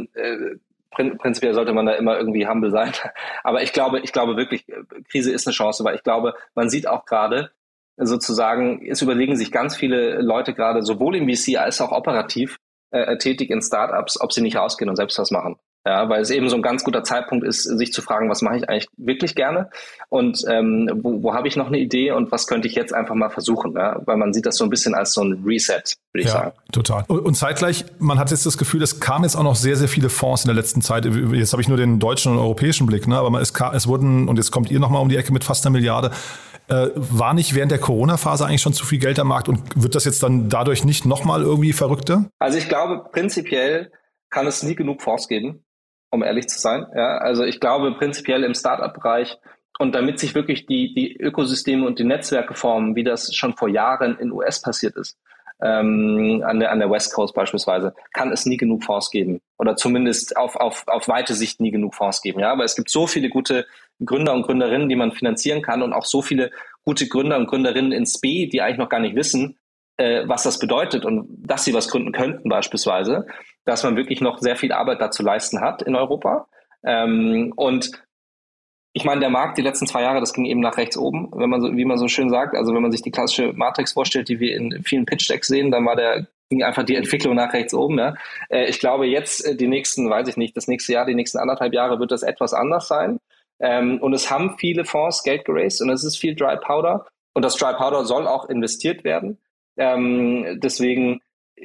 prinzipiell sollte man da immer irgendwie humble sein. Aber ich glaube wirklich, Krise ist eine Chance, weil ich glaube, man sieht auch gerade sozusagen, es überlegen sich ganz viele Leute gerade, sowohl im VC als auch operativ tätig in Startups, ob sie nicht rausgehen und selbst was machen. Ja, weil es eben so ein ganz guter Zeitpunkt ist, sich zu fragen, was mache ich eigentlich wirklich gerne und wo habe ich noch eine Idee und was könnte ich jetzt einfach mal versuchen, ja? Weil man sieht das so ein bisschen als so ein Reset, würde ich sagen. Total. Und zeitgleich, man hat jetzt das Gefühl, es kamen jetzt auch noch sehr, sehr viele Fonds in der letzten Zeit. Jetzt habe ich nur den deutschen und europäischen Blick, ne? Aber es wurden, und jetzt kommt ihr nochmal um die Ecke mit fast 1 Milliarde, war nicht während der Corona-Phase eigentlich schon zu viel Geld am Markt und wird das jetzt dann dadurch nicht nochmal irgendwie verrückter? Also ich glaube, prinzipiell kann es nie genug Fonds geben, um ehrlich zu sein. Ja, also ich glaube prinzipiell im Startup-Bereich, und damit sich wirklich die Ökosysteme und die Netzwerke formen, wie das schon vor Jahren in US passiert ist, an der West Coast beispielsweise, kann es nie genug Fonds geben. Oder zumindest auf weite Sicht nie genug Fonds geben. Ja, aber es gibt so viele gute Gründer und Gründerinnen, die man finanzieren kann, und auch so viele gute Gründer und Gründerinnen in SPE, die eigentlich noch gar nicht wissen, was das bedeutet und dass sie was gründen könnten beispielsweise, dass man wirklich noch sehr viel Arbeit da zu leisten hat in Europa. Und ich meine, der Markt die letzten 2 Jahre, das ging eben nach rechts oben, wenn man so, wie man so schön sagt, also wenn man sich die klassische Matrix vorstellt, die wir in vielen Pitch-Decks sehen, dann ging einfach die Entwicklung nach rechts oben. Ja. Ich glaube jetzt, das nächste Jahr, die nächsten 1,5 Jahre wird das etwas anders sein. Und es haben viele Fonds Geld geraced und es ist viel Dry Powder. Und das Dry Powder soll auch investiert werden. Deswegen,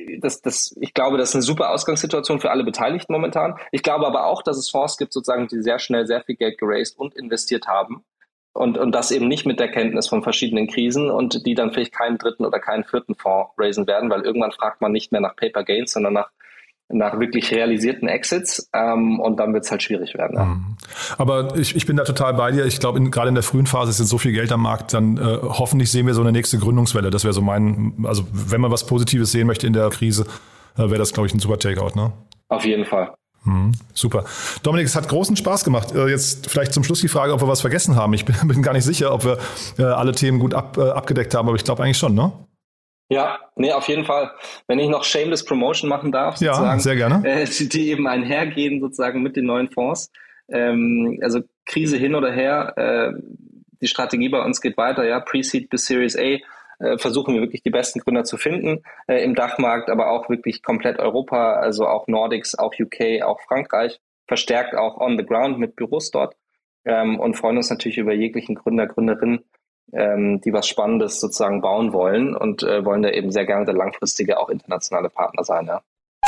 ich glaube, das ist eine super Ausgangssituation für alle Beteiligten momentan. Ich glaube aber auch, dass es Fonds gibt, sozusagen, die sehr schnell sehr viel Geld geraced und investiert haben, Und das eben nicht mit der Kenntnis von verschiedenen Krisen und die dann vielleicht keinen dritten oder keinen vierten Fonds raisen werden, weil irgendwann fragt man nicht mehr nach Paper Gains, sondern nach wirklich realisierten Exits und dann wird es halt schwierig werden. Ja. Aber ich bin da total bei dir. Ich glaube, gerade in der frühen Phase ist jetzt so viel Geld am Markt, dann hoffentlich sehen wir so eine nächste Gründungswelle. Das wäre so also wenn man was Positives sehen möchte in der Krise, wäre das, glaube ich, ein super Takeout, ne? Auf jeden Fall. Super. Dominik, es hat großen Spaß gemacht. Jetzt vielleicht zum Schluss die Frage, ob wir was vergessen haben. Ich bin gar nicht sicher, ob wir alle Themen gut abgedeckt haben, aber ich glaube eigentlich schon, ne? Ja, nee, auf jeden Fall. Wenn ich noch Shameless Promotion machen darf, sozusagen, ja, sehr gerne. Die eben einhergehen sozusagen mit den neuen Fonds. Also Krise hin oder her, die Strategie bei uns geht weiter, ja, Pre-Seed bis Series A. Versuchen wir wirklich die besten Gründer zu finden im Dachmarkt, aber auch wirklich komplett Europa, also auch Nordics, auch UK, auch Frankreich, verstärkt auch on the ground mit Büros dort und freuen uns natürlich über jeglichen Gründer, Gründerinnen, die was Spannendes sozusagen bauen wollen und wollen da eben sehr gerne der langfristige, auch internationale Partner sein. Ja.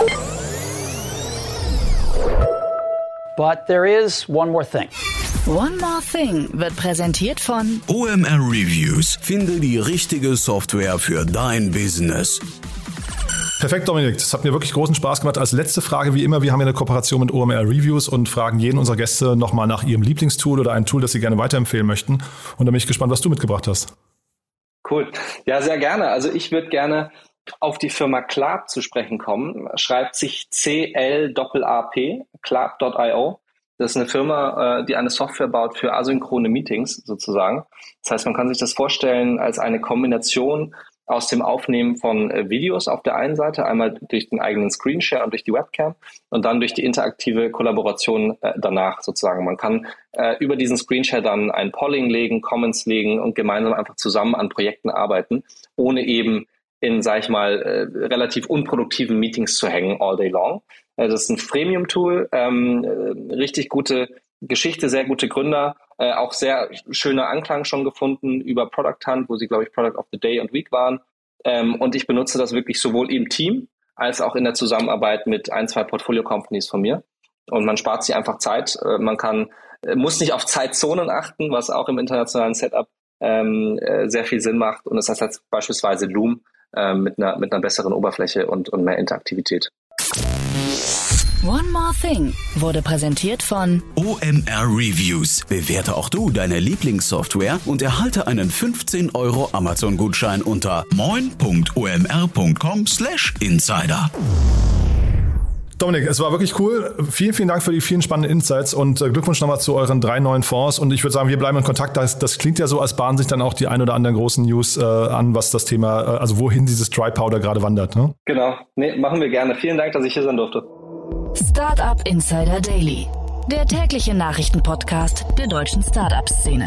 But there is one more thing. One More Thing wird präsentiert von OMR Reviews. Finde die richtige Software für dein Business. Perfekt, Dominik. Das hat mir wirklich großen Spaß gemacht. Als letzte Frage, wie immer, wir haben ja eine Kooperation mit OMR Reviews und fragen jeden unserer Gäste nochmal nach ihrem Lieblingstool oder ein Tool, das sie gerne weiterempfehlen möchten. Und da bin ich gespannt, was du mitgebracht hast. Cool. Ja, sehr gerne. Also ich würde gerne auf die Firma Clap zu sprechen kommen. Schreibt sich CLAAP, clap.io. Das ist eine Firma, die eine Software baut für asynchrone Meetings sozusagen. Das heißt, man kann sich das vorstellen als eine Kombination aus dem Aufnehmen von Videos auf der einen Seite, einmal durch den eigenen Screenshare und durch die Webcam und dann durch die interaktive Kollaboration danach sozusagen. Man kann über diesen Screenshare dann ein Polling legen, Comments legen und gemeinsam einfach zusammen an Projekten arbeiten, ohne eben in, sag ich mal, relativ unproduktiven Meetings zu hängen all day long. Das ist ein Freemium-Tool, richtig gute Geschichte, sehr gute Gründer, auch sehr schöner Anklang schon gefunden über Product Hunt, wo sie, glaube ich, Product of the Day und Week waren. Und ich benutze das wirklich sowohl im Team als auch in der Zusammenarbeit mit 1-2 Portfolio-Companies von mir. Und man spart sich einfach Zeit. Man muss nicht auf Zeitzonen achten, was auch im internationalen Setup sehr viel Sinn macht. Und das heißt jetzt beispielsweise Loom mit einer besseren Oberfläche und mehr Interaktivität. One More Thing wurde präsentiert von OMR Reviews. Bewerte auch du deine Lieblingssoftware und erhalte einen 15 € Amazon-Gutschein unter moin.omr.com/insider. Dominik, es war wirklich cool. Vielen, vielen Dank für die vielen spannenden Insights und Glückwunsch nochmal zu euren 3 neuen Fonds. Und ich würde sagen, wir bleiben in Kontakt. Das klingt ja so, als bahnen sich dann auch die ein oder anderen großen News an, was das Thema, also wohin dieses Dry Powder gerade wandert. Ne? Genau, machen wir gerne. Vielen Dank, dass ich hier sein durfte. Startup Insider Daily, der tägliche Nachrichtenpodcast der deutschen Startup-Szene.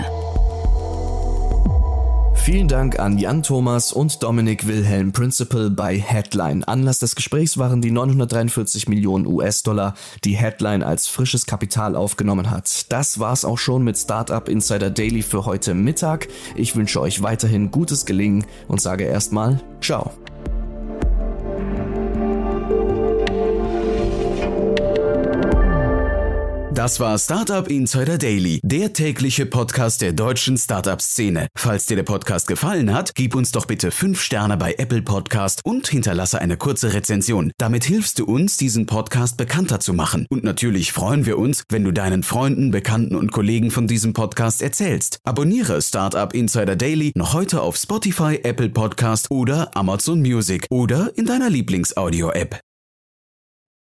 Vielen Dank an Jan Thomas und Dominik Wilhelm, Principal bei Headline. Anlass des Gesprächs waren die 943 Millionen US-Dollar, die Headline als frisches Kapital aufgenommen hat. Das war's auch schon mit Startup Insider Daily für heute Mittag. Ich wünsche euch weiterhin gutes Gelingen und sage erstmal Ciao. Das war Startup Insider Daily, der tägliche Podcast der deutschen Startup-Szene. Falls dir der Podcast gefallen hat, gib uns doch bitte 5 Sterne bei Apple Podcast und hinterlasse eine kurze Rezension. Damit hilfst du uns, diesen Podcast bekannter zu machen. Und natürlich freuen wir uns, wenn du deinen Freunden, Bekannten und Kollegen von diesem Podcast erzählst. Abonniere Startup Insider Daily noch heute auf Spotify, Apple Podcast oder Amazon Music oder in deiner Lieblings-Audio-App.